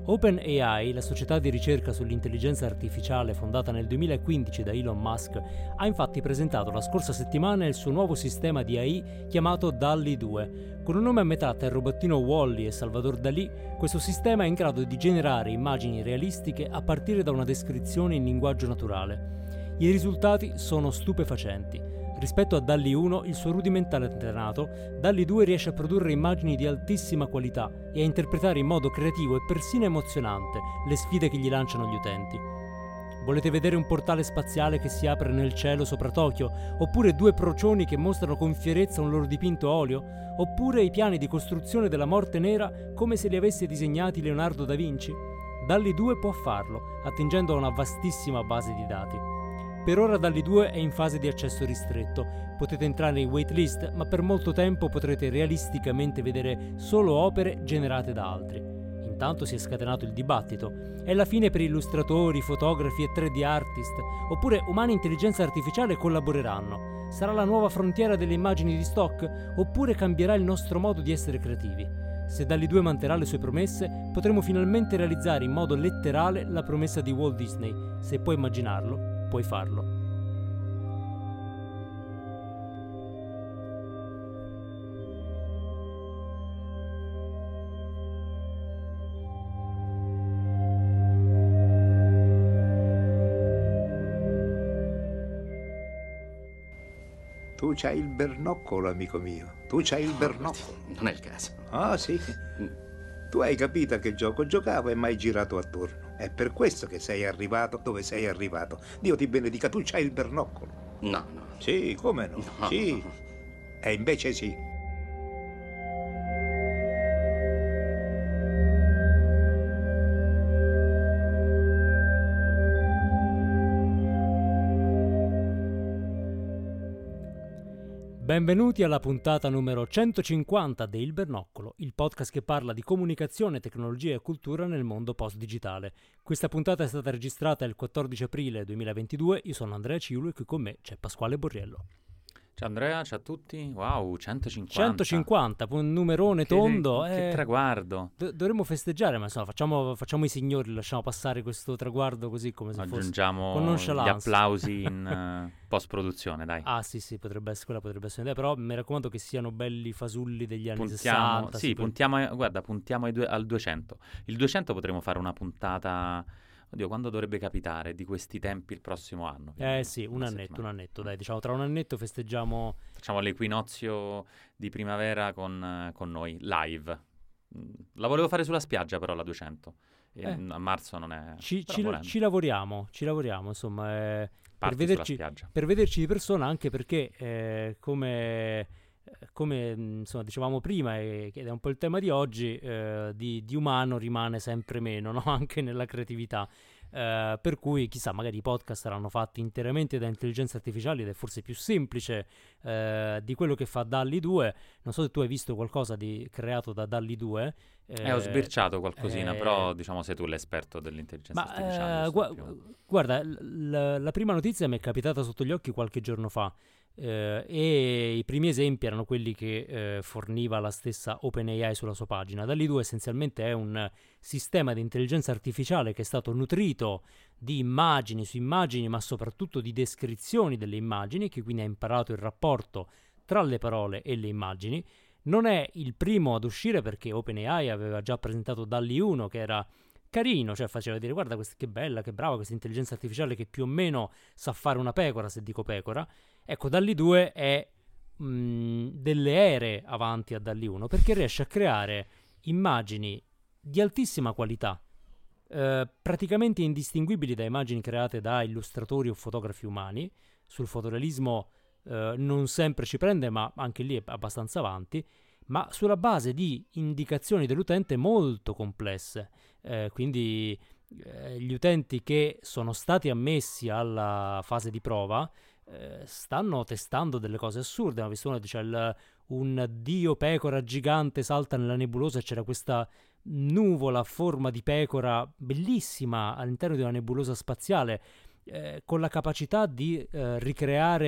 OpenAI, la società di ricerca sull'intelligenza artificiale fondata nel 2015 da Elon Musk, ha infatti presentato la scorsa settimana il suo nuovo sistema di AI chiamato DALL-E 2. Con un nome a metà tra il robottino Wall-E e Salvador Dalì, questo sistema è in grado di generare immagini realistiche a partire da una descrizione in linguaggio naturale. I risultati sono stupefacenti. Rispetto a DALL-E 1, il suo rudimentale antenato, DALL-E 2 riesce a produrre immagini di altissima qualità e a interpretare in modo creativo e persino emozionante le sfide che gli lanciano gli utenti. Volete vedere un portale spaziale che si apre nel cielo sopra Tokyo? Oppure due procioni che mostrano con fierezza un loro dipinto a olio? Oppure i piani di costruzione della Morte Nera come se li avesse disegnati Leonardo da Vinci? DALL-E 2 può farlo, attingendo a una vastissima base di dati. Per ora DALL-E 2 è in fase di accesso ristretto, potete entrare in waitlist, ma per molto tempo potrete realisticamente vedere solo opere generate da altri. Intanto si è scatenato il dibattito. È la fine per illustratori, fotografi e 3D artist? Oppure umani e intelligenza artificiale collaboreranno? Sarà la nuova frontiera delle immagini di stock? Oppure cambierà il nostro modo di essere creativi? Se DALL-E 2 manterrà le sue promesse, potremo finalmente realizzare in modo letterale la promessa di Walt Disney. Se puoi immaginarlo, puoi farlo. Tu c'hai il bernoccolo, amico mio. Tu c'hai il bernoccolo. Non è il caso. Ah, sì. Tu hai capito a che gioco giocavo e mai girato attorno. È per questo che sei arrivato dove sei arrivato. Dio ti benedica, tu c'hai il bernoccolo. No, no. Sì, come no? No. Sì. E invece sì. Benvenuti alla puntata numero 150 di Il Bernoccolo, il podcast che parla di comunicazione, tecnologia e cultura nel mondo post-digitale. Questa puntata è stata registrata il 14 aprile 2022, io sono Andrea Ciulu e qui con me c'è Pasquale Borriello. Ciao Andrea, ciao a tutti. Wow, 150. 150, un numerone tondo. Che traguardo. Dovremmo festeggiare, ma insomma facciamo i signori, lasciamo passare questo traguardo così come se fosse con Aggiungiamo gli nonchalance. applausi in post-produzione, dai. Ah sì, quella potrebbe essere un'idea, però mi raccomando che siano belli fasulli degli anni Puntiamo, 60. sì, puntiamo al 200. Il 200 potremo fare una puntata... Oddio, quando dovrebbe capitare di questi tempi il prossimo anno? Sì, un annetto, dai, diciamo tra un annetto festeggiamo... Facciamo l'equinozio di primavera con noi, live. La volevo fare sulla spiaggia però la 200, e a marzo non è... Ci lavoriamo, insomma, per vederci di persona, anche perché come insomma dicevamo prima, ed è un po' il tema di oggi, di umano rimane sempre meno, no? Anche nella creatività, per cui chissà, magari i podcast saranno fatti interamente da intelligenze artificiali ed è forse più semplice di quello che fa DALL-E 2. Non so se tu hai visto qualcosa di creato da DALL-E 2. Ho sbirciato qualcosina, però diciamo sei tu l'esperto dell'intelligenza artificiale. Guarda, la prima notizia mi è capitata sotto gli occhi qualche giorno fa, e i primi esempi erano quelli che forniva la stessa OpenAI sulla sua pagina. DALL-E 2 essenzialmente è un sistema di intelligenza artificiale che è stato nutrito di immagini su immagini, ma soprattutto di descrizioni delle immagini, che quindi ha imparato il rapporto tra le parole e le immagini. Non è il primo ad uscire, perché OpenAI aveva già presentato DALL-E 1, che era carino, cioè faceva dire guarda che bella, che brava questa intelligenza artificiale che più o meno sa fare una pecora, se dico pecora. Ecco, DALL-E 2 è delle ere avanti a DALL-E 1, perché riesce a creare immagini di altissima qualità, praticamente indistinguibili da immagini create da illustratori o fotografi umani. Sul fotorealismo non sempre ci prende, ma anche lì è abbastanza avanti, ma sulla base di indicazioni dell'utente molto complesse. Quindi gli utenti che sono stati ammessi alla fase di prova stanno testando delle cose assurde. Ho visto uno che dice un dio pecora gigante salta nella nebulosa e c'era questa nuvola a forma di pecora bellissima all'interno di una nebulosa spaziale, con la capacità di ricreare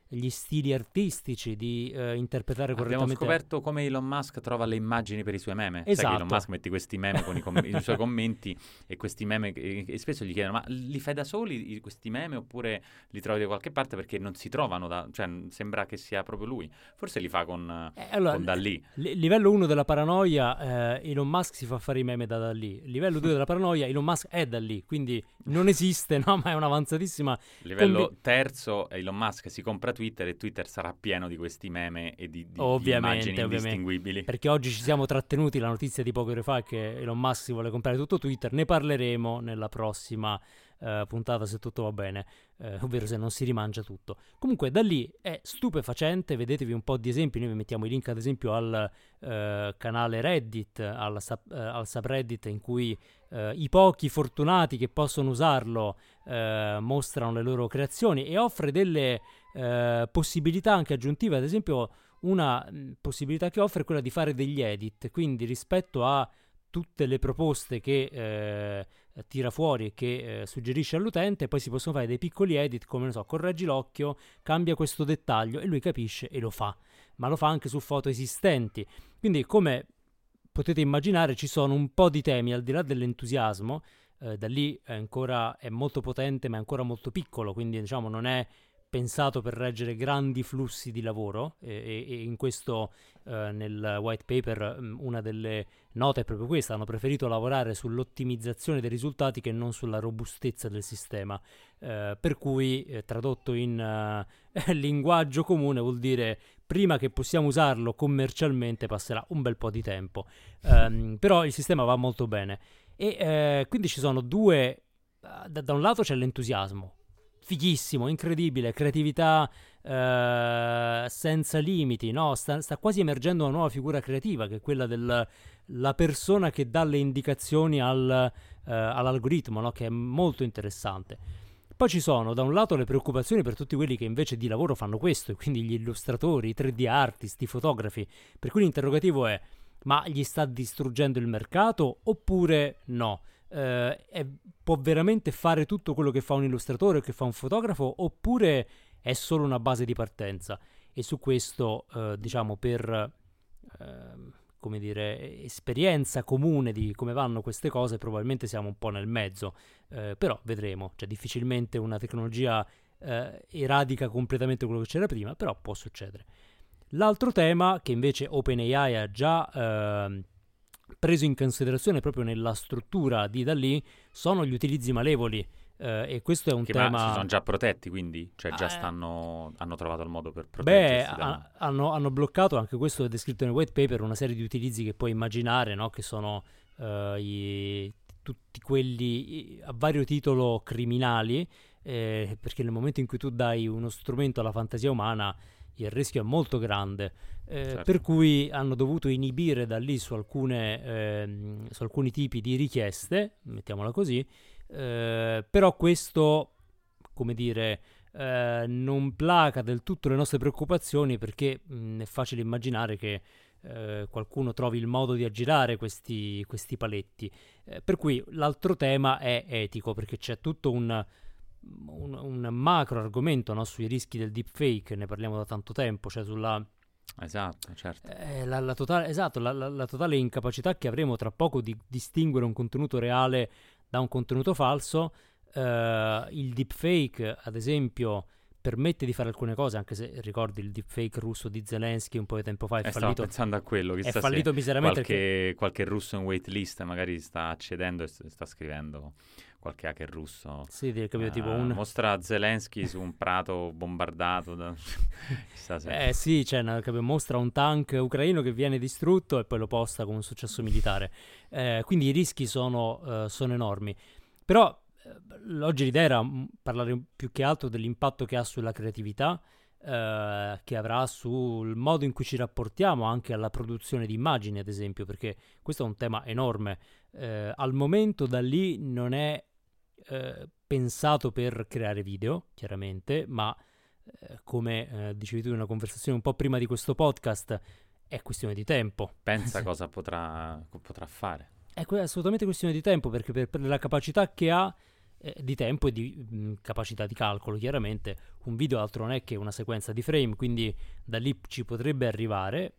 gli stili artistici, di interpretare correttamente. Abbiamo scoperto come Elon Musk trova le immagini per i suoi meme. Esatto. Sai che Elon Musk mette questi meme con i suoi commenti, e questi meme, e spesso gli chiedono: ma li fai da soli questi meme, oppure li trovi da qualche parte? Perché non si trovano, cioè sembra che sia proprio lui. Forse li fa con Dall-E. Livello 1 della paranoia, Elon Musk si fa fare i meme da Dall-E. Livello 2 della paranoia, Elon Musk è Dall-E, quindi non esiste, no? Ma è un'avanzatissima. Livello terzo, Elon Musk si compra Twitter, e Twitter sarà pieno di questi meme e di immagini indistinguibili. Perché oggi ci siamo trattenuti, la notizia di poche ore fa è che Elon Musk si vuole comprare tutto Twitter. Ne parleremo nella prossima puntata, se tutto va bene, ovvero se non si rimangia tutto. Comunque da lì è stupefacente, vedetevi un po' di esempi, noi vi mettiamo i link ad esempio al canale Reddit, al subreddit in cui i pochi fortunati che possono usarlo mostrano le loro creazioni, e offre delle possibilità anche aggiuntive. Ad esempio una possibilità che offre è quella di fare degli edit, quindi rispetto a tutte le proposte che tira fuori e che suggerisce all'utente, poi si possono fare dei piccoli edit, come, non so, correggi l'occhio, cambia questo dettaglio, e lui capisce e lo fa, ma lo fa anche su foto esistenti. Quindi, come potete immaginare, ci sono un po' di temi, al di là dell'entusiasmo. Da lì è molto potente, ma è ancora molto piccolo, quindi diciamo non è pensato per reggere grandi flussi di lavoro, e in questo nel white paper una delle note è proprio questa: hanno preferito lavorare sull'ottimizzazione dei risultati che non sulla robustezza del sistema, per cui tradotto in linguaggio comune vuol dire prima che possiamo usarlo commercialmente passerà un bel po' di tempo, però il sistema va molto bene, e quindi ci sono due, da un lato c'è l'entusiasmo, fighissimo, incredibile, creatività senza limiti, no? Sta quasi emergendo una nuova figura creativa, che è quella della persona che dà le indicazioni all'algoritmo, no? Che è molto interessante. Poi ci sono da un lato le preoccupazioni per tutti quelli che invece di lavoro fanno questo, e quindi gli illustratori, i 3D artist, i fotografi, per cui l'interrogativo è: ma gli sta distruggendo il mercato oppure no? Può veramente fare tutto quello che fa un illustratore o che fa un fotografo, oppure è solo una base di partenza? E su questo, diciamo, per come dire, esperienza comune di come vanno queste cose, probabilmente siamo un po' nel mezzo, però vedremo. Cioè, difficilmente una tecnologia eradica completamente quello che c'era prima, però può succedere. L'altro tema, che invece OpenAI ha già preso in considerazione proprio nella struttura di Dall-E, sono gli utilizzi malevoli, e questo è un tema... si sono già protetti, quindi? Cioè già hanno trovato il modo per proteggersi? Hanno bloccato, anche questo è descritto nel white paper, una serie di utilizzi che puoi immaginare, no? Che sono tutti quelli a vario titolo criminali, perché nel momento in cui tu dai uno strumento alla fantasia umana, il rischio è molto grande, certo. Per cui hanno dovuto inibire da lì su alcuni tipi di richieste, mettiamola così, però questo, come dire, non placa del tutto le nostre preoccupazioni, perché è facile immaginare che qualcuno trovi il modo di aggirare questi paletti, per cui l'altro tema è etico, perché c'è tutto un macro argomento, no, sui rischi del deepfake. Ne parliamo da tanto tempo, cioè sulla esatto, certo. La totale incapacità che avremo tra poco di distinguere un contenuto reale da un contenuto falso. Il deepfake, ad esempio, permette di fare alcune cose, anche se ricordi il deepfake russo di Zelensky un po' di tempo fa è fallito. Stavo pensando a quello, è fallito miseramente. Qualche russo in waitlist magari sta accedendo e sta scrivendo, qualche hacker russo. Sì, capito, tipo mostra Zelensky su un prato bombardato sì, cioè, mostra un tank ucraino che viene distrutto e poi lo posta come un successo militare. Quindi i rischi sono enormi. Però oggi l'idea era parlare più che altro dell'impatto che ha sulla creatività, che avrà sul modo in cui ci rapportiamo anche alla produzione di immagini, ad esempio, perché questo è un tema enorme. Al momento Dall-E non è pensato per creare video, chiaramente, ma come dicevi tu in una conversazione un po' prima di questo podcast, è questione di tempo. Pensa cosa potrà fare. È assolutamente questione di tempo, perché per la capacità che ha di tempo e di capacità di calcolo. Chiaramente un video altro non è che una sequenza di frame, quindi da lì ci potrebbe arrivare.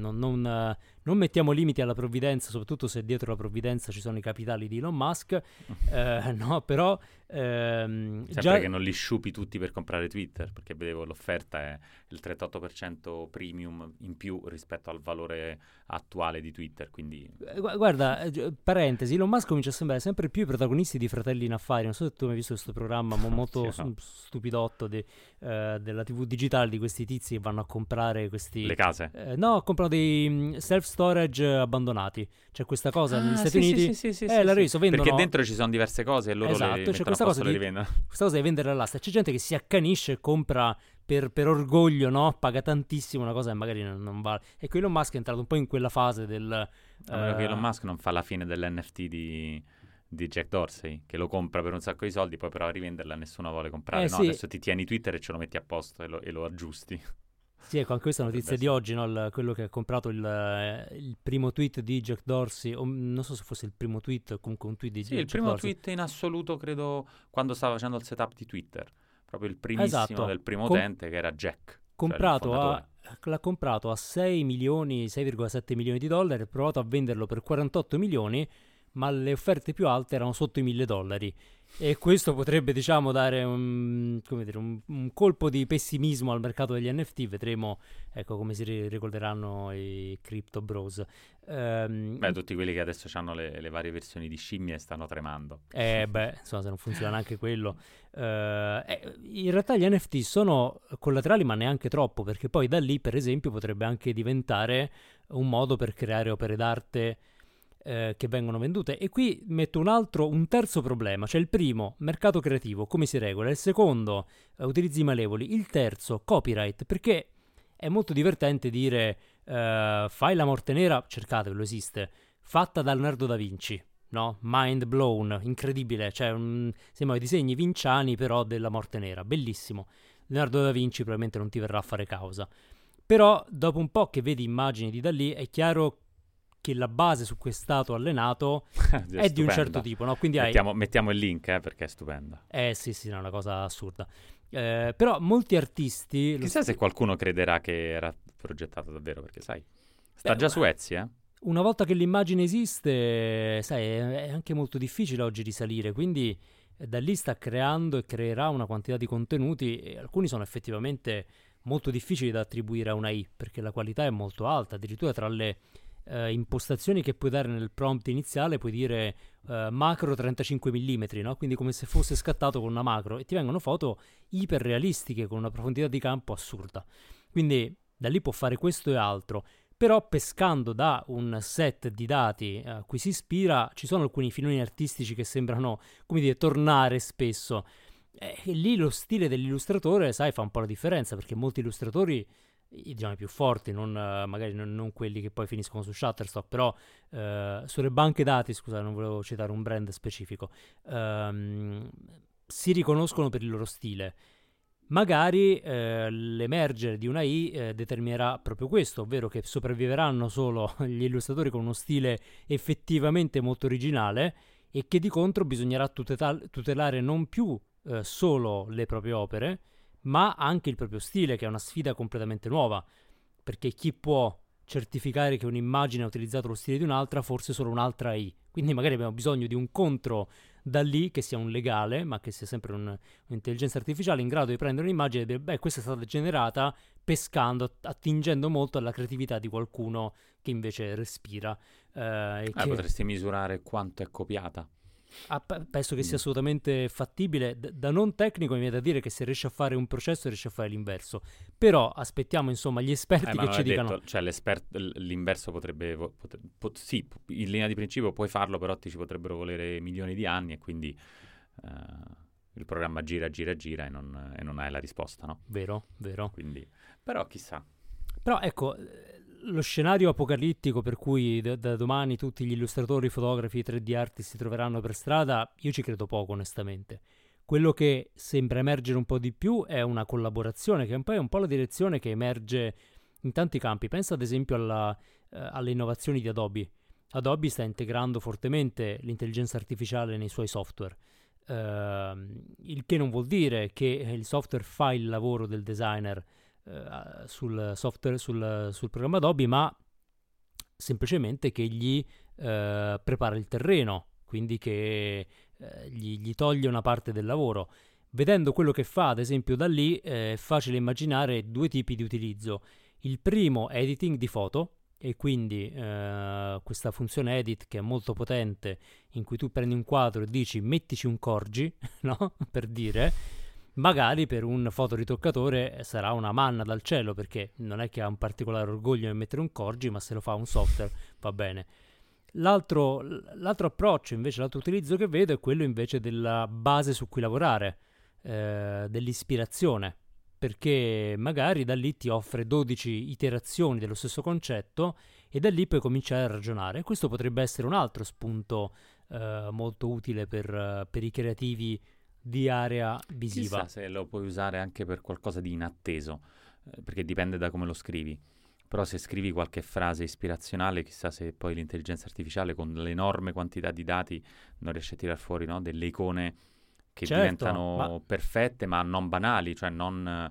Non mettiamo limiti alla provvidenza, soprattutto se dietro la provvidenza ci sono i capitali di Elon Musk, no, però sempre già... che non li sciupi tutti per comprare Twitter, perché vedevo l'offerta è il 38% premium in più rispetto al valore attuale di Twitter, quindi... Guarda, parentesi, Elon Musk comincia a sembrare sempre più i protagonisti di Fratelli in Affari. Non so se tu hai mai visto questo programma molto Sì, no. stupidotto della TV digitale, di questi tizi che vanno a comprare questi... Le case? No, comprano dei self-storage abbandonati. C'è questa cosa negli Stati Uniti. Sì, l'ha visto, vendono... Perché dentro ci sono diverse cose e loro Esatto, le c'è mettono questa a posto cosa e le rivendono. questa cosa di vendere all'asta. C'è gente che si accanisce e compra per orgoglio, no? Paga tantissimo una cosa che magari non vale. E Elon Musk è entrato un po' in quella fase del... A meno che Elon Musk non fa la fine dell'NFT di Jack Dorsey, che lo compra per un sacco di soldi, poi però a rivenderla nessuno vuole comprare. No, sì. adesso ti tieni Twitter e ce lo metti a posto e lo aggiusti. Sì, ecco, anche questa notizia di oggi, no? Quello che ha comprato il primo tweet di Jack Dorsey, o non so se fosse il primo tweet, o comunque un tweet di Sì, Jack il primo Dorsey. tweet in assoluto, credo, quando stava facendo il setup di Twitter. Proprio il primissimo Esatto. del primo utente, che era Jack. L'ha comprato a 6,7 milioni di dollari, ha provato a venderlo per 48 milioni, ma le offerte più alte erano sotto i $1.000. E questo potrebbe, diciamo, dare un colpo di pessimismo al mercato degli NFT. Vedremo, ecco, come si ricorderanno i crypto bros. Tutti quelli che adesso hanno le varie versioni di scimmie stanno tremando. Insomma, se non funziona anche quello. In realtà gli NFT sono collaterali, ma neanche troppo, perché poi da lì, per esempio, potrebbe anche diventare un modo per creare opere d'arte che vengono vendute. E qui metto un terzo problema. Cioè il primo, mercato creativo, come si regola? Il secondo, utilizzi malevoli. Il terzo, copyright, perché è molto divertente dire fai la morte nera, cercatevelo, esiste, fatta da Leonardo da Vinci, no? Mind blown, incredibile, cioè sembrano i disegni vinciani però della morte nera, bellissimo. Leonardo da Vinci probabilmente non ti verrà a fare causa, però dopo un po' che vedi immagini di da lì è chiaro che la base su cui è stato allenato è di un certo tipo, no? Quindi mettiamo il link, perché è stupenda. Sì, no, è una cosa assurda. Però molti artisti... Chissà se qualcuno crederà che era progettato davvero, perché sai, sta già su Etsy, Una volta che l'immagine esiste, sai, è anche molto difficile oggi risalire, quindi da lì sta creando e creerà una quantità di contenuti, e alcuni sono effettivamente molto difficili da attribuire a una AI, perché la qualità è molto alta. Addirittura tra le impostazioni che puoi dare nel prompt iniziale puoi dire macro 35 mm, no? Quindi come se fosse scattato con una macro, e ti vengono foto iperrealistiche con una profondità di campo assurda. Quindi da lì può fare questo e altro, però pescando da un set di dati a cui si ispira, ci sono alcuni filoni artistici che sembrano, come dire, tornare spesso. E lì lo stile dell'illustratore, sai, fa un po' la differenza, perché molti illustratori, diciamo i più forti, magari non quelli che poi finiscono su Shutterstock, però sulle banche dati, scusa, non volevo citare un brand specifico, si riconoscono per il loro stile. Magari l'emergere di una AI determinerà proprio questo, ovvero che sopravviveranno solo gli illustratori con uno stile effettivamente molto originale, e che di contro bisognerà tutelare non più solo le proprie opere, ma anche il proprio stile, che è una sfida completamente nuova, perché chi può certificare che un'immagine ha utilizzato lo stile di un'altra? Forse solo un'altra AI. Quindi magari abbiamo bisogno di un contro da lì, che sia un legale, ma che sia sempre un'intelligenza artificiale in grado di prendere un'immagine e dire, questa è stata generata pescando, attingendo molto alla creatività di qualcuno che invece respira. Potresti misurare quanto è copiata. Penso che sia assolutamente fattibile. Da non tecnico mi viene da dire che se riesce a fare un processo riesce a fare l'inverso, però aspettiamo insomma gli esperti che ci dicano detto, cioè l'inverso potrebbe sì, in linea di principio puoi farlo, però ti ci potrebbero volere milioni di anni, e quindi il programma gira e non hai la risposta, no? Vero. Quindi, però chissà. Però ecco, lo scenario apocalittico per cui da domani tutti gli illustratori, fotografi, 3D artist si troveranno per strada, io ci credo poco, onestamente. Quello che sembra emergere un po' di più è una collaborazione, che è un po' la direzione che emerge in tanti campi. Pensa ad esempio alle innovazioni di Adobe. Adobe sta integrando fortemente l'intelligenza artificiale nei suoi software. il che non vuol dire che il software fa il lavoro del designer sul programma Adobe, ma semplicemente che gli prepara il terreno, quindi che gli toglie una parte del lavoro. Vedendo quello che fa, ad esempio, da lì è facile immaginare due tipi di utilizzo. Il primo è editing di foto, e quindi questa funzione edit che è molto potente, in cui tu prendi un quadro e dici mettici un Corgi, no? Per dire, magari per un fotoritoccatore sarà una manna dal cielo, perché non è che ha un particolare orgoglio nel mettere un Corgi, ma se lo fa un software va bene. L'altro approccio invece, l'altro utilizzo che vedo è quello invece della base su cui lavorare, dell'ispirazione, perché magari da lì ti offre 12 iterazioni dello stesso concetto e da lì puoi cominciare a ragionare. Questo potrebbe essere un altro spunto molto utile per i creativi di area visiva. Chissà se lo puoi usare anche per qualcosa di inatteso, perché dipende da come lo scrivi. Però se scrivi qualche frase ispirazionale, chissà se poi l'intelligenza artificiale con l'enorme quantità di dati non riesce a tirar fuori, no, delle icone che diventano perfette ma non banali, cioè non...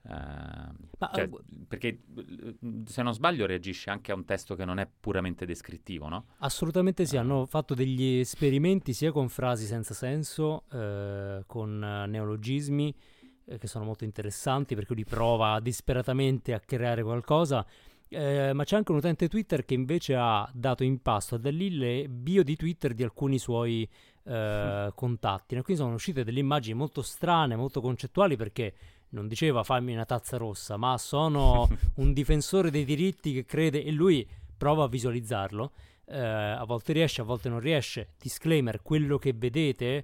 perché se non sbaglio reagisce anche a un testo che non è puramente descrittivo, no? Assolutamente sì, hanno fatto degli esperimenti sia con frasi senza senso, con neologismi, che sono molto interessanti, perché lui prova disperatamente a creare qualcosa, ma c'è anche un utente Twitter che invece ha dato in pasto da lì le bio di Twitter di alcuni suoi contatti, e quindi sono uscite delle immagini molto strane, molto concettuali, perché non diceva fammi una tazza rossa, ma sono un difensore dei diritti che crede, e lui prova a visualizzarlo, a volte riesce, a volte non riesce. Disclaimer: quello che vedete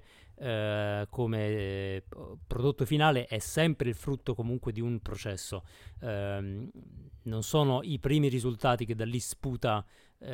come prodotto finale è sempre il frutto comunque di un processo, non sono i primi risultati che da lì sputa,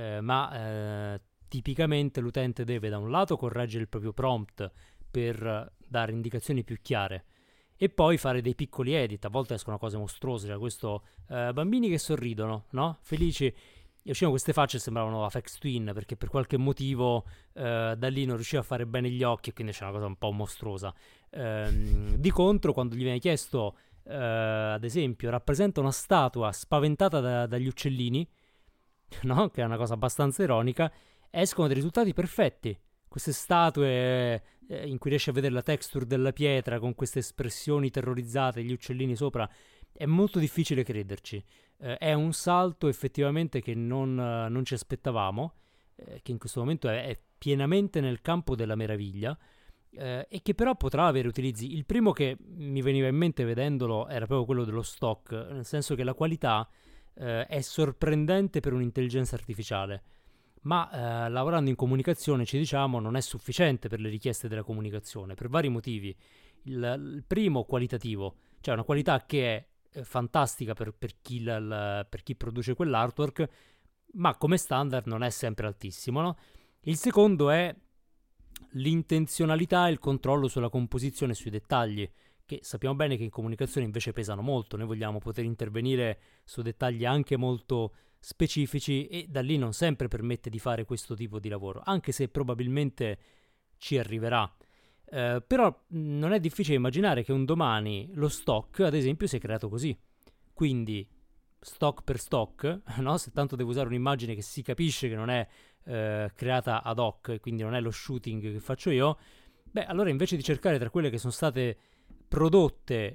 ma tipicamente l'utente deve da un lato correggere il proprio prompt per dare indicazioni più chiare e poi fare dei piccoli edit. A volte escono cose mostruose, cioè questo bambini che sorridono, no? Felici, e uscivano queste facce e sembravano Aphex Twin, perché per qualche motivo da lì non riusciva a fare bene gli occhi, e quindi c'è una cosa un po' mostruosa. Di contro, quando gli viene chiesto ad esempio rappresenta una statua spaventata dagli uccellini, no? Che è una cosa abbastanza ironica, escono dei risultati perfetti. Queste statue in cui riesci a vedere la texture della pietra con queste espressioni terrorizzate, gli uccellini sopra, è molto difficile crederci. È un salto effettivamente che non ci aspettavamo, che in questo momento è pienamente nel campo della meraviglia, e che però potrà avere utilizzi. Il primo che mi veniva in mente vedendolo era proprio quello dello stock, nel senso che la qualità è sorprendente per un'intelligenza artificiale, ma lavorando in comunicazione, ci diciamo, non è sufficiente per le richieste della comunicazione, per vari motivi. Il primo, qualitativo, cioè una qualità che è fantastica per chi produce quell'artwork, ma come standard non è sempre altissimo, no? Il secondo è l'intenzionalità e il controllo sulla composizione e sui dettagli, che sappiamo bene che in comunicazione invece pesano molto. Noi vogliamo poter intervenire su dettagli anche molto specifici, e da lì non sempre permette di fare questo tipo di lavoro, anche se probabilmente ci arriverà. Però non è difficile immaginare che un domani lo stock, ad esempio, sia creato così. Quindi stock per stock, no? Se tanto devo usare un'immagine che si capisce che non è creata ad hoc, e quindi non è lo shooting che faccio io, beh, allora invece di cercare tra quelle che sono state prodotte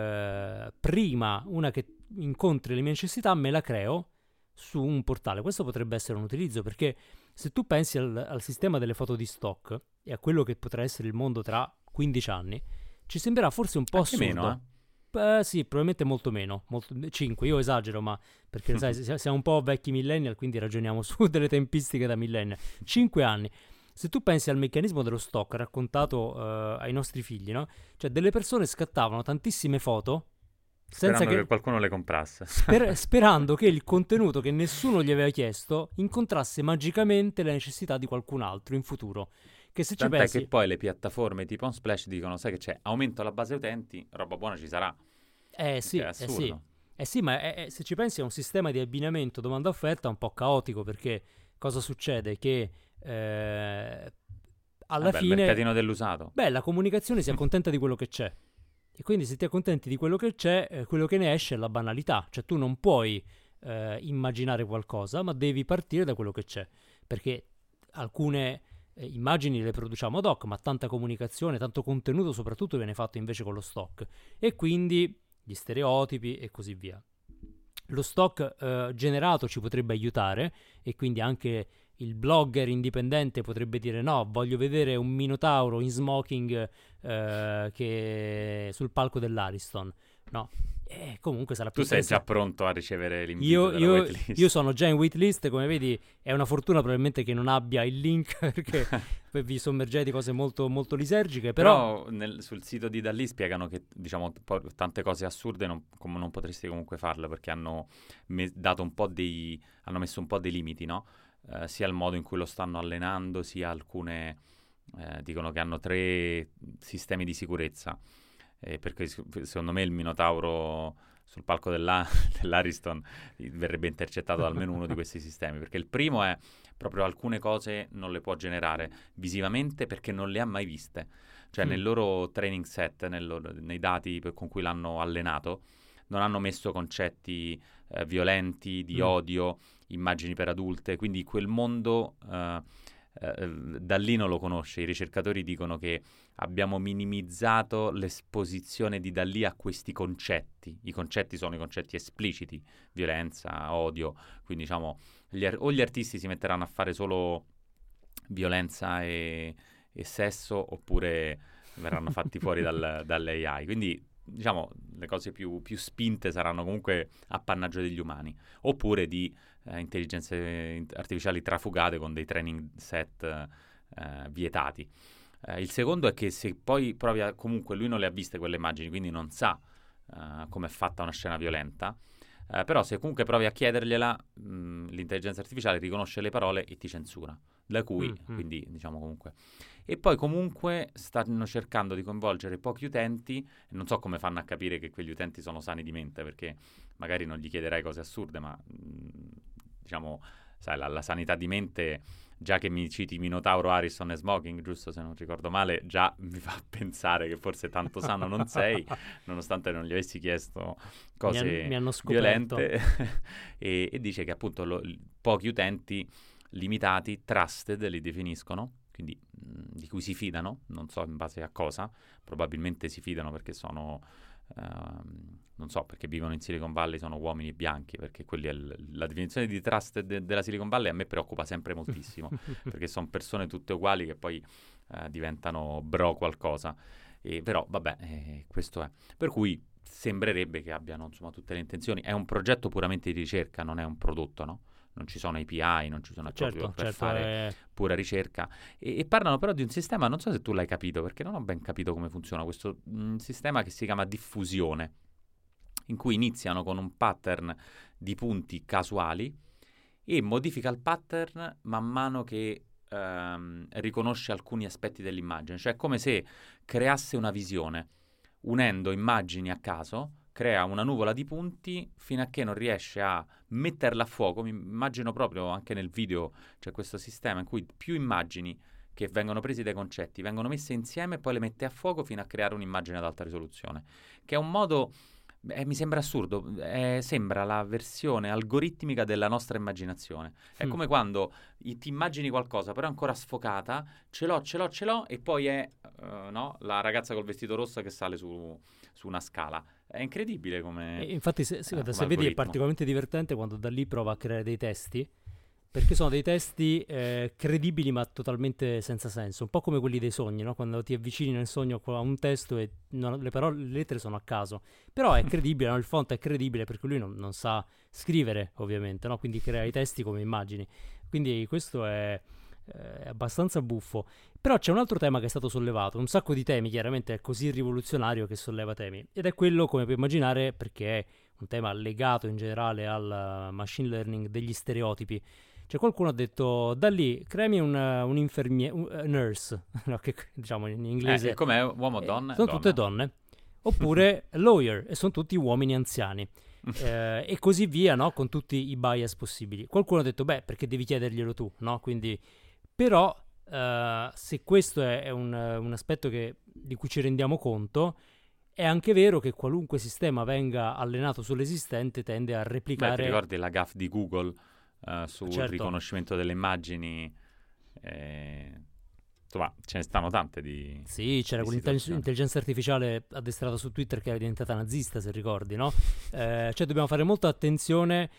prima una che incontri le mie necessità, me la creo su un portale. Questo potrebbe essere un utilizzo, perché se tu pensi al sistema delle foto di stock e a quello che potrà essere il mondo tra 15 anni, ci sembrerà forse un po' anche assurdo. Meno, sì, probabilmente molto meno, 5, io esagero, ma perché sai, siamo un po' vecchi millennial, quindi ragioniamo su delle tempistiche da millennial. 5 anni. Se tu pensi al meccanismo dello stock raccontato ai nostri figli, no? Cioè delle persone scattavano tantissime foto senza che qualcuno le comprasse, sperando che il contenuto che nessuno gli aveva chiesto incontrasse magicamente le necessità di qualcun altro in futuro. Che se tant'è ci pensi... che poi le piattaforme tipo Unsplash dicono: sai che c'è, aumento la base utenti, roba buona ci sarà. Sì, è assurdo. Sì, ma se ci pensi è un sistema di abbinamento domanda-offerta un po' caotico, perché cosa succede? Che alla il fine... mercatino dell'usato. La comunicazione si accontenta di quello che c'è. E quindi se ti accontenti di quello che c'è, quello che ne esce è la banalità. Cioè tu non puoi immaginare qualcosa, ma devi partire da quello che c'è. Perché alcune immagini le produciamo ad hoc, ma tanta comunicazione, tanto contenuto soprattutto viene fatto invece con lo stock. E quindi gli stereotipi e così via. Lo stock generato ci potrebbe aiutare, e quindi anche il blogger indipendente potrebbe dire no, voglio vedere un minotauro in smoking che sul palco dell'Ariston, no? Comunque sarà più Tu sei già pronto a ricevere l'invito della waitlist? Io sono già in waitlist, come vedi è una fortuna probabilmente che non abbia il link perché vi sommergete di cose molto, molto lisergiche, però sul sito di Dalì spiegano che diciamo tante cose assurde non potresti comunque farle, perché hanno messo un po' dei limiti, no? Sia il modo in cui lo stanno allenando, sia alcune dicono che hanno 3 sistemi di sicurezza, perché secondo me il Minotauro sul palco dell'Ariston verrebbe intercettato da almeno uno di questi sistemi, perché il primo è proprio alcune cose non le può generare visivamente perché non le ha mai viste, cioè nel loro training set, nei dati con cui l'hanno allenato, non hanno messo concetti violenti, di odio, immagini per adulte, quindi quel mondo da lì non lo conosce. I ricercatori dicono che abbiamo minimizzato l'esposizione di Dalì a questi concetti. I concetti sono i concetti espliciti, violenza, odio, quindi diciamo gli artisti si metteranno a fare solo violenza e sesso, oppure verranno fatti fuori dall'AI, quindi diciamo le cose più spinte saranno comunque appannaggio degli umani, oppure di intelligenze artificiali trafugate con dei training set vietati. Il secondo è che se poi comunque lui non le ha viste quelle immagini, quindi non sa come è fatta una scena violenta, però se comunque provi a chiedergliela, l'intelligenza artificiale riconosce le parole e ti censura, da cui quindi diciamo comunque. E poi comunque stanno cercando di coinvolgere pochi utenti, e non so come fanno a capire che quegli utenti sono sani di mente, perché magari non gli chiederai cose assurde, ma diciamo, sai, la sanità di mente, già che mi citi Minotauro, Ariston e Smoking, giusto se non ricordo male, già mi fa pensare che forse tanto sano non sei, nonostante non gli avessi chiesto cose mi hanno violente. e dice che appunto pochi utenti limitati, trusted, li definiscono, quindi di cui si fidano, non so in base a cosa, probabilmente si fidano perché sono, non so, perché vivono in Silicon Valley, sono uomini bianchi, perché quelli è la definizione di trusted della Silicon Valley a me preoccupa sempre moltissimo, perché sono persone tutte uguali che poi diventano bro qualcosa, però vabbè, questo è. Per cui sembrerebbe che abbiano insomma tutte le intenzioni, è un progetto puramente di ricerca, non è un prodotto, no? Non ci sono API, non ci sono proprio per fare pura ricerca. E parlano però di un sistema, non so se tu l'hai capito, perché non ho ben capito come funziona questo sistema che si chiama diffusione, in cui iniziano con un pattern di punti casuali e modifica il pattern man mano che riconosce alcuni aspetti dell'immagine. Cioè è come se creasse una visione, unendo immagini a caso, crea una nuvola di punti fino a che non riesce a metterla a fuoco. Mi immagino proprio anche nel video c'è questo sistema in cui più immagini che vengono presi dai concetti vengono messe insieme e poi le mette a fuoco fino a creare un'immagine ad alta risoluzione, che è un modo, mi sembra assurdo, sembra la versione algoritmica della nostra immaginazione. È come quando ti immagini qualcosa però è ancora sfocata, ce l'ho e poi è no? La ragazza col vestito rosso che sale su una scala. È incredibile come... infatti se vedi è particolarmente divertente quando da lì prova a creare dei testi, perché sono dei testi credibili ma totalmente senza senso, un po' come quelli dei sogni, no? Quando ti avvicini nel sogno a un testo e le parole, le lettere sono a caso, però è credibile, no? Il font è credibile perché lui non sa scrivere ovviamente, no? Quindi crea i testi come immagini, quindi questo è abbastanza buffo. Però c'è un altro tema che è stato sollevato, un sacco di temi, chiaramente è così rivoluzionario che solleva temi, ed è quello, come puoi immaginare, perché è un tema legato in generale al machine learning, degli stereotipi. Cioè qualcuno ha detto, da lì creami un infermiere, nurse, no, che diciamo in inglese com'è, uomo o donna? Sono tutte donne, oppure lawyer, e sono tutti uomini anziani. E così via, no? Con tutti i bias possibili. Qualcuno ha detto, beh, perché devi chiederglielo tu, no? Quindi, però Se questo è un aspetto di cui ci rendiamo conto, è anche vero che qualunque sistema venga allenato sull'esistente tende a Beh, ti replicare... ricordi la gaffe di Google sul Certo. riconoscimento delle immagini? Insomma, ce ne stanno tante di Sì, c'era di quell'intelligenza situazioni. intelligenza artificiale addestrata su Twitter che era diventata nazista, se ricordi, no? Cioè dobbiamo fare molta attenzione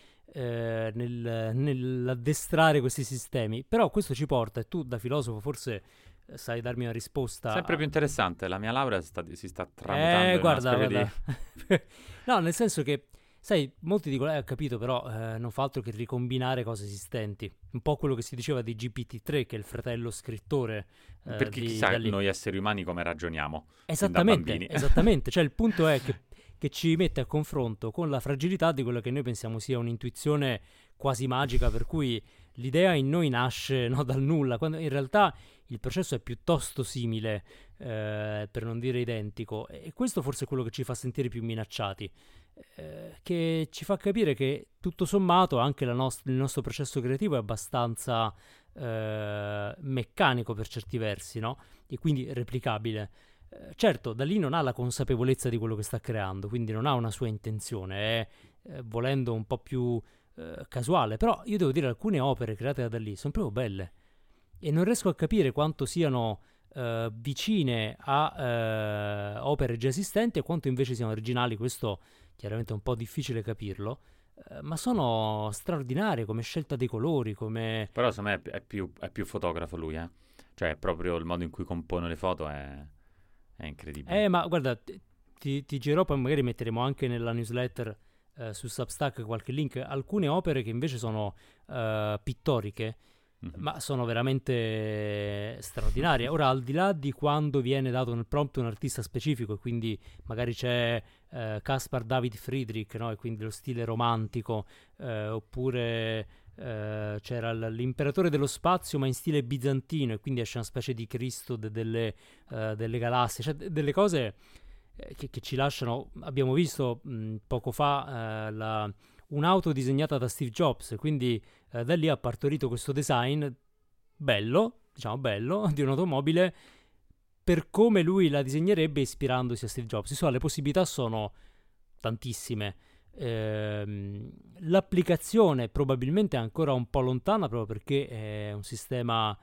nell'addestrare questi sistemi. Però questo ci porta, e tu da filosofo forse sai darmi una risposta. Sempre più interessante, la mia laurea si sta tramutando in una Guarda, specie guarda. No, nel senso che, sai, molti dicono, ho capito, però non fa altro che ricombinare cose esistenti. Un po' quello che si diceva di GPT-3, che è il fratello scrittore perché di chissà Dalì. noi esseri umani come ragioniamo fin da Esattamente, bambini. esattamente. Cioè il punto è che ci mette a confronto con la fragilità di quello che noi pensiamo sia un'intuizione quasi magica, per cui l'idea in noi nasce, no, dal nulla, quando in realtà il processo è piuttosto simile, per non dire identico, e questo forse è quello che ci fa sentire più minacciati, che ci fa capire che tutto sommato anche il nostro processo creativo è abbastanza meccanico per certi versi, no? E quindi replicabile. Certo, da lì non ha la consapevolezza di quello che sta creando, quindi non ha una sua intenzione, è volendo un po' più casuale, però io devo dire alcune opere create da lì sono proprio belle e non riesco a capire quanto siano vicine a opere già esistenti e quanto invece siano originali. Questo chiaramente è un po' difficile capirlo, ma sono straordinarie come scelta dei colori, come... Però secondo me è più fotografo lui, eh. Cioè proprio il modo in cui compone le foto è incredibile. Ma guarda, ti girerò, poi magari metteremo anche nella newsletter su Substack qualche link, alcune opere che invece sono pittoriche, ma sono veramente straordinarie. Ora, al di là di quando viene dato nel prompt un artista specifico, e quindi magari c'è Caspar David Friedrich, no? E quindi lo stile romantico, oppure c'era l'imperatore dello spazio ma in stile bizantino, e quindi esce una specie di Cristo delle galassie, cioè delle cose che ci lasciano. Abbiamo visto poco fa un'auto disegnata da Steve Jobs, quindi da lì ha partorito questo design bello, diciamo bello, di un'automobile per come lui la disegnerebbe ispirandosi a Steve Jobs. Insomma, le possibilità sono tantissime. L'applicazione probabilmente è ancora un po' lontana, proprio perché è un sistema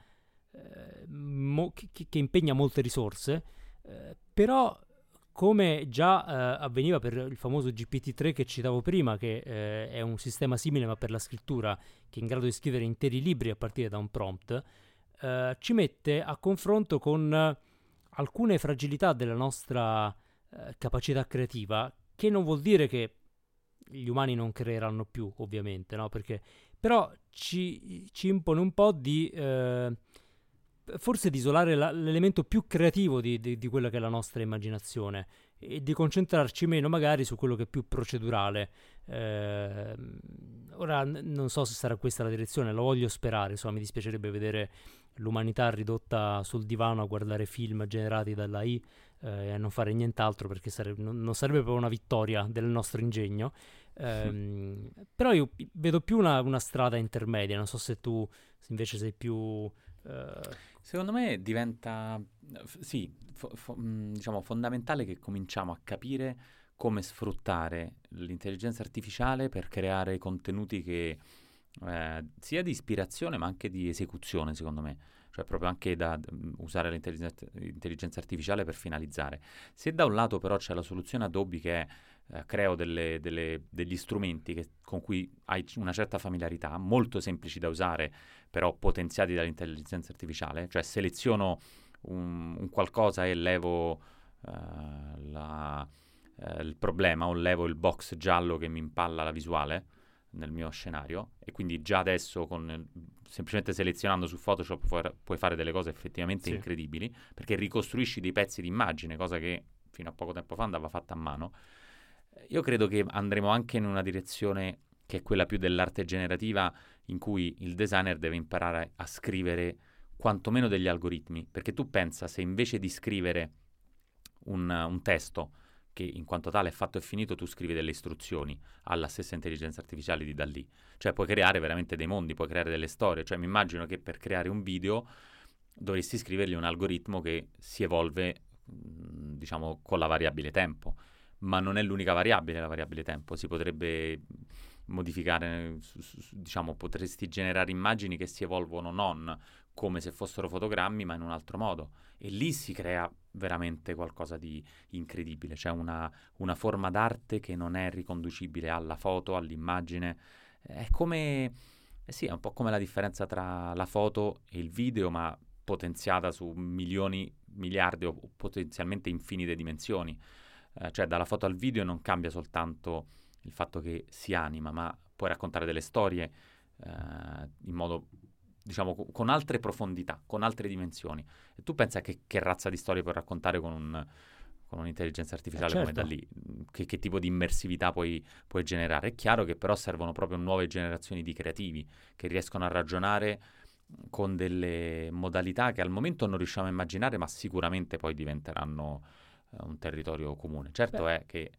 che impegna molte risorse, però come già avveniva per il famoso GPT-3 che citavo prima, che è un sistema simile ma per la scrittura, che è in grado di scrivere interi libri a partire da un prompt, ci mette a confronto con alcune fragilità della nostra capacità creativa, che non vuol dire che gli umani non creeranno più, ovviamente, no? Perché però ci impone un po' di forse di isolare l'elemento più creativo di quella che è la nostra immaginazione e di concentrarci meno magari su quello che è più procedurale. Ora non so se sarà questa la direzione, lo voglio sperare, insomma mi dispiacerebbe vedere l'umanità ridotta sul divano a guardare film generati dall'AI e a non fare nient'altro, perché non sarebbe proprio una vittoria del nostro ingegno. Però io vedo più una strada intermedia, non so se tu invece sei più... Secondo me diventa diciamo fondamentale che cominciamo a capire come sfruttare l'intelligenza artificiale per creare contenuti che sia di ispirazione ma anche di esecuzione, secondo me. Cioè proprio anche da usare l'intelligenza artificiale per finalizzare. Se da un lato però c'è la soluzione Adobe che è creo degli strumenti con cui hai una certa familiarità, molto semplici da usare, però potenziati dall'intelligenza artificiale, cioè seleziono un qualcosa e levo il problema o levo il box giallo che mi impalla la visuale nel mio scenario, e quindi già adesso semplicemente selezionando su Photoshop puoi fare delle cose effettivamente incredibili, perché ricostruisci dei pezzi di immagine, cosa che fino a poco tempo fa andava fatta a mano. Io credo che andremo anche in una direzione che è quella più dell'arte generativa, in cui il designer deve imparare a scrivere quantomeno degli algoritmi, perché tu pensa, se invece di scrivere un testo che in quanto tale è fatto e finito, tu scrivi delle istruzioni alla stessa intelligenza artificiale di Dalì, cioè puoi creare veramente dei mondi, puoi creare delle storie. Cioè mi immagino che per creare un video dovresti scrivergli un algoritmo che si evolve, diciamo, con la variabile tempo, ma non è l'unica variabile, la variabile tempo. Si potrebbe modificare, diciamo, potresti generare immagini che si evolvono non come se fossero fotogrammi, ma in un altro modo. E lì si crea veramente qualcosa di incredibile. C'è una forma d'arte che non è riconducibile alla foto, all'immagine. È come... sì, è un po' come la differenza tra la foto e il video, ma potenziata su milioni, miliardi o potenzialmente infinite dimensioni. Cioè dalla foto al video non cambia soltanto il fatto che si anima, ma puoi raccontare delle storie in modo, diciamo, con altre profondità, con altre dimensioni. E tu pensa che razza di storie puoi raccontare con un'intelligenza artificiale come da lì? Che tipo di immersività puoi generare? È chiaro che però servono proprio nuove generazioni di creativi che riescono a ragionare con delle modalità che al momento non riusciamo a immaginare, ma sicuramente poi diventeranno un territorio comune. Certo è che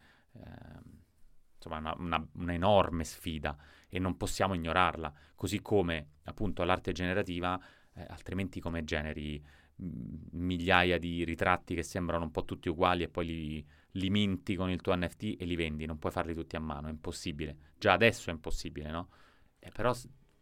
insomma è una enorme sfida e non possiamo ignorarla, così come appunto l'arte generativa, altrimenti come generi migliaia di ritratti che sembrano un po' tutti uguali e poi li minti con il tuo NFT e li vendi, non puoi farli tutti a mano, è impossibile. Già adesso è impossibile, no? Però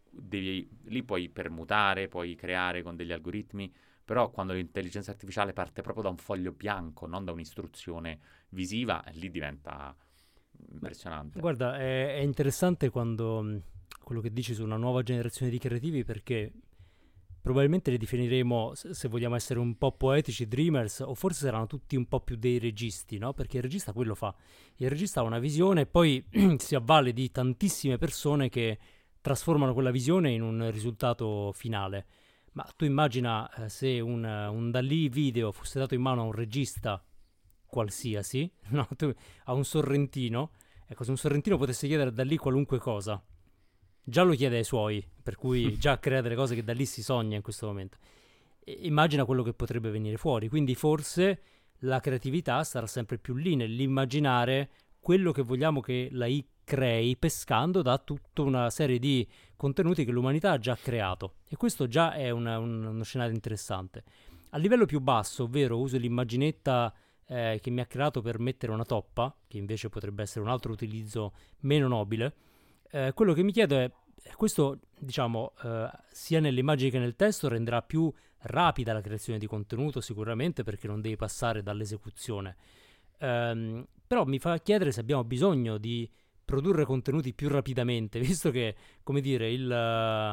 lì puoi permutare, puoi creare con degli algoritmi, però quando l'intelligenza artificiale parte proprio da un foglio bianco, non da un'istruzione visiva, lì diventa impressionante. Guarda, è interessante quando quello che dici su una nuova generazione di creativi, perché probabilmente li definiremo, se vogliamo essere un po' poetici, dreamers, o forse saranno tutti un po' più dei registi, no? Perché il regista quello fa. Il regista ha una visione e poi si avvale di tantissime persone che trasformano quella visione in un risultato finale. Ma tu immagina se un Dalì video fosse dato in mano a un regista qualsiasi, no? A un Sorrentino, ecco, se un Sorrentino potesse chiedere a Dalì qualunque cosa, già lo chiede ai suoi, per cui già crea delle cose che da lì si sogna in questo momento. Immagina quello che potrebbe venire fuori, quindi forse la creatività sarà sempre più lì nell'immaginare quello che vogliamo che la I crei, pescando da tutta una serie di contenuti che l'umanità ha già creato, e questo già è uno scenario interessante. A livello più basso, ovvero uso l'immaginetta che mi ha creato per mettere una toppa, che invece potrebbe essere un altro utilizzo meno nobile, quello che mi chiedo è, questo diciamo sia nelle immagini che nel testo renderà più rapida la creazione di contenuto sicuramente, perché non devi passare dall'esecuzione, però mi fa chiedere se abbiamo bisogno di produrre contenuti più rapidamente, visto che, come dire, il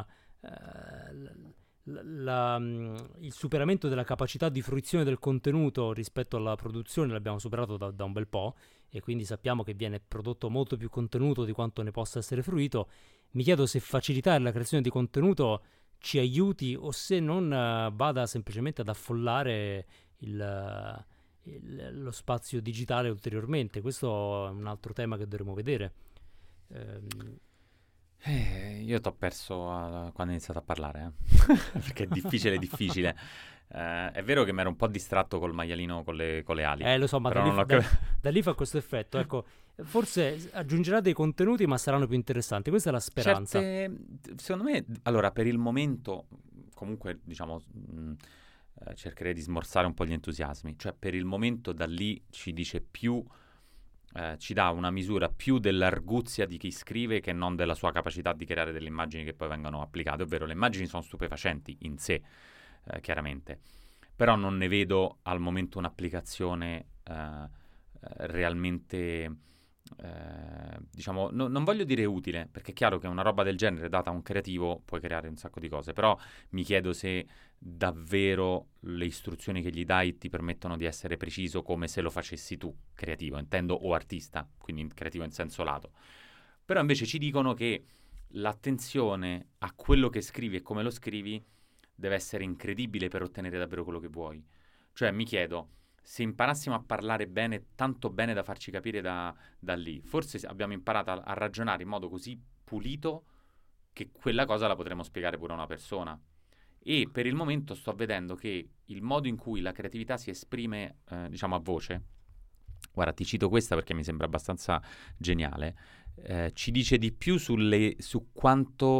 superamento della capacità di fruizione del contenuto rispetto alla produzione l'abbiamo superato da un bel po', e quindi sappiamo che viene prodotto molto più contenuto di quanto ne possa essere fruito. Mi chiedo se facilitare la creazione di contenuto ci aiuti o se non vada semplicemente ad affollare lo spazio digitale ulteriormente. Questo è un altro tema che dovremo vedere. Io t'ho perso quando ho iniziato a parlare, perché è difficile. È vero che mi ero un po' distratto col maialino con le ali. Lo so, ma da lì fa questo effetto. Ecco, forse aggiungerà dei contenuti, ma saranno più interessanti. Questa è la speranza. Secondo me, allora, per il momento, comunque, diciamo, cercherei di smorzare un po' gli entusiasmi. Cioè, per il momento, da lì ci dice più... ci dà una misura più dell'arguzia di chi scrive che non della sua capacità di creare delle immagini che poi vengono applicate, ovvero le immagini sono stupefacenti in sé, chiaramente, però non ne vedo al momento un'applicazione realmente, diciamo, non voglio dire utile, perché è chiaro che una roba del genere data a un creativo puoi creare un sacco di cose, però mi chiedo se davvero le istruzioni che gli dai ti permettono di essere preciso come se lo facessi tu, creativo, intendo, o artista, quindi creativo in senso lato. Però invece ci dicono che l'attenzione a quello che scrivi e come lo scrivi deve essere incredibile per ottenere davvero quello che vuoi. Cioè, mi chiedo, se imparassimo a parlare bene, tanto bene da farci capire da lì, forse abbiamo imparato a ragionare in modo così pulito che quella cosa la potremo spiegare pure a una persona. E per il momento sto vedendo che il modo in cui la creatività si esprime, diciamo, a voce, guarda, ti cito questa perché mi sembra abbastanza geniale, ci dice di più su quanto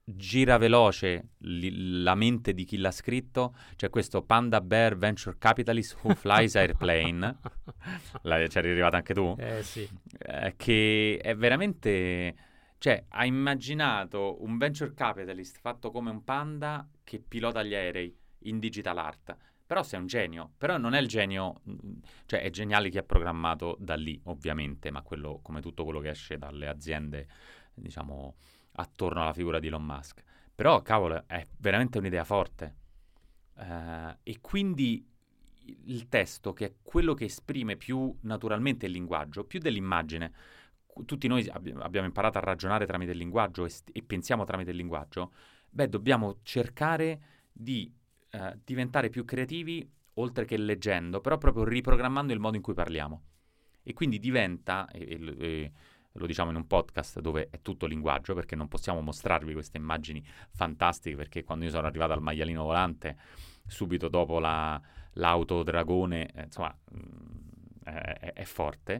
gira veloce la mente di chi l'ha scritto. C'è questo Panda Bear Venture Capitalist Who Flies Airplane. C'eri arrivato anche tu? Sì. Che è veramente... Cioè, ha immaginato un venture capitalist fatto come un panda che pilota gli aerei in digital art. Però sei un genio. Però non è il genio... Cioè, è geniale chi ha programmato da lì, ovviamente, ma quello, come tutto quello che esce dalle aziende, diciamo, attorno alla figura di Elon Musk. Però, cavolo, è veramente un'idea forte. E quindi il testo, che è quello che esprime più naturalmente il linguaggio, più dell'immagine. Tutti noi abbiamo imparato a ragionare tramite il linguaggio e pensiamo tramite il linguaggio. Beh, dobbiamo cercare di diventare più creativi, oltre che leggendo, però proprio riprogrammando il modo in cui parliamo. E quindi diventa, e lo diciamo in un podcast dove è tutto linguaggio, perché non possiamo mostrarvi queste immagini fantastiche, perché quando io sono arrivato al maialino volante, subito dopo l'auto dragone, insomma, è forte.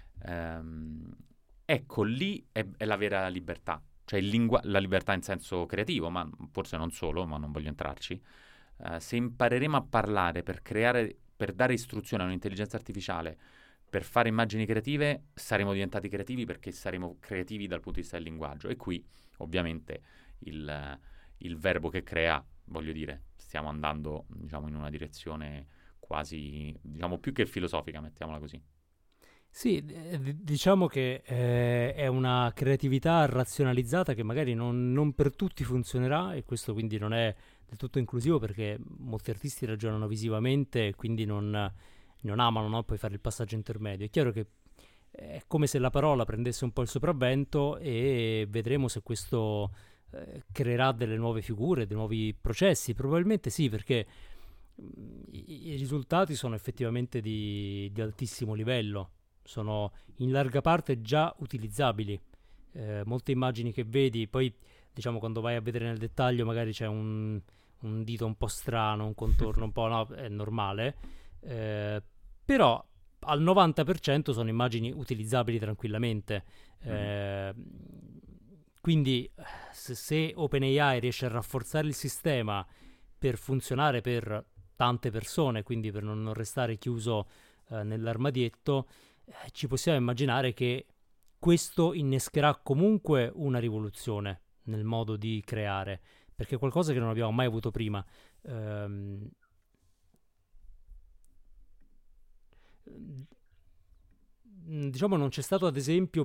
Ecco, lì è la vera libertà, cioè la libertà in senso creativo, ma forse non solo, ma non voglio entrarci. Se impareremo a parlare per dare istruzione a un'intelligenza artificiale, per fare immagini creative, saremo diventati creativi, perché saremo creativi dal punto di vista del linguaggio. E qui, ovviamente, il verbo che crea, voglio dire, stiamo andando, diciamo, in una direzione quasi, diciamo, più che filosofica, mettiamola così. Sì, diciamo che è una creatività razionalizzata che magari non per tutti funzionerà, e questo quindi non è del tutto inclusivo, perché molti artisti ragionano visivamente e quindi non amano, no, poi fare il passaggio intermedio. È chiaro che è come se la parola prendesse un po' il sopravvento, e vedremo se questo creerà delle nuove figure, dei nuovi processi. Probabilmente sì, perché i risultati sono effettivamente di altissimo livello. Sono in larga parte già utilizzabili. Molte immagini che vedi, poi diciamo quando vai a vedere nel dettaglio magari c'è un dito un po' strano, un contorno un po', no, è normale, però al 90% sono immagini utilizzabili tranquillamente. Quindi se OpenAI riesce a rafforzare il sistema per funzionare per tante persone, quindi per non restare chiuso nell'armadietto, ci possiamo immaginare che questo innescherà comunque una rivoluzione nel modo di creare, perché è qualcosa che non abbiamo mai avuto prima. Diciamo non c'è stato ad esempio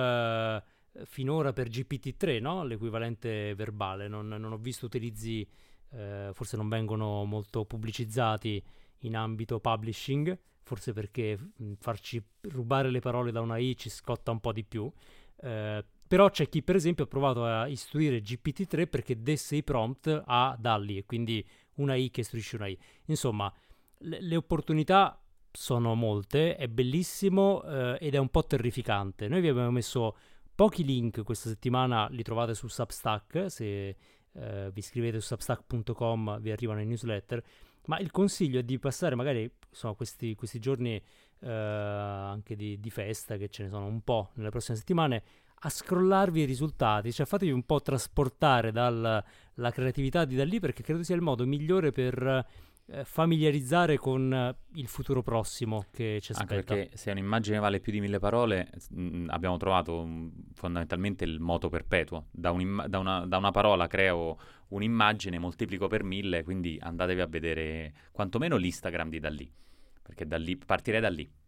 finora per GPT-3, no? L'equivalente verbale, non ho visto utilizzi, forse non vengono molto pubblicizzati in ambito publishing, forse perché farci rubare le parole da una AI ci scotta un po' di più, però c'è chi per esempio ha provato a istruire GPT-3 perché desse i prompt a DALL-E, e quindi una AI che istruisce una AI. Insomma, le opportunità sono molte, è bellissimo ed è un po' terrificante. Noi vi abbiamo messo pochi link questa settimana, li trovate su Substack, se vi iscrivete su substack.com vi arrivano i newsletter, ma il consiglio è di passare magari, insomma, questi giorni anche di festa, che ce ne sono un po' nelle prossime settimane, a scrollarvi i risultati, cioè fatevi un po' trasportare dalla creatività di DALL-E, perché credo sia il modo migliore per familiarizzare con il futuro prossimo che ci aspetta. Anche perché se un'immagine vale più di 1000 parole, abbiamo trovato fondamentalmente il moto perpetuo. Da una parola creo un'immagine, moltiplico per 1000, quindi andatevi a vedere quantomeno l'Instagram di DALL-E, perché partirei da lì.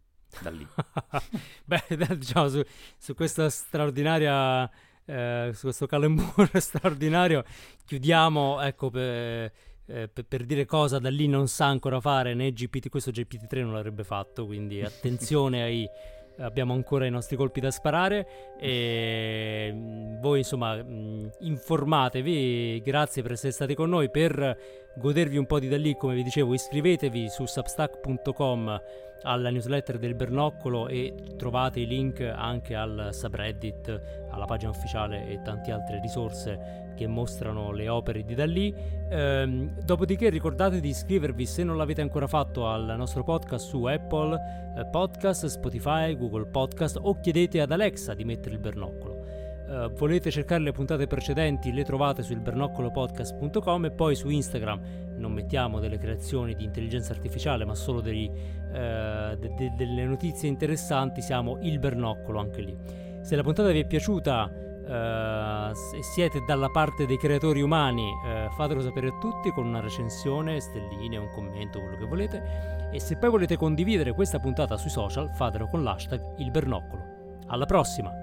Beh, diciamo su questa straordinaria su questo calembour straordinario chiudiamo, ecco, per dire cosa DALL-E non sa ancora fare, né questo GPT-3 non l'avrebbe fatto, quindi attenzione abbiamo ancora i nostri colpi da sparare, e voi insomma informatevi. Grazie per essere stati con noi. Per godervi un po' di DALL-E, come vi dicevo, iscrivetevi su substack.com alla newsletter del Bernoccolo, e trovate i link anche al subreddit, alla pagina ufficiale e tante altre risorse che mostrano le opere di DALL-E. Dopodiché ricordate di iscrivervi, se non l'avete ancora fatto, al nostro podcast su Apple Podcast, Spotify, Google Podcast, o chiedete ad Alexa di mettere il Bernoccolo. volete cercare le puntate precedenti, le trovate su ilbernoccolopodcast.com, e poi su Instagram non mettiamo delle creazioni di intelligenza artificiale, ma solo delle notizie interessanti. Siamo Il Bernoccolo anche lì. Se la puntata vi è piaciuta, se siete dalla parte dei creatori umani, fatelo sapere a tutti con una recensione, stelline, un commento, quello che volete. E se poi volete condividere questa puntata sui social, fatelo con l'hashtag Il Bernoccolo. Alla prossima!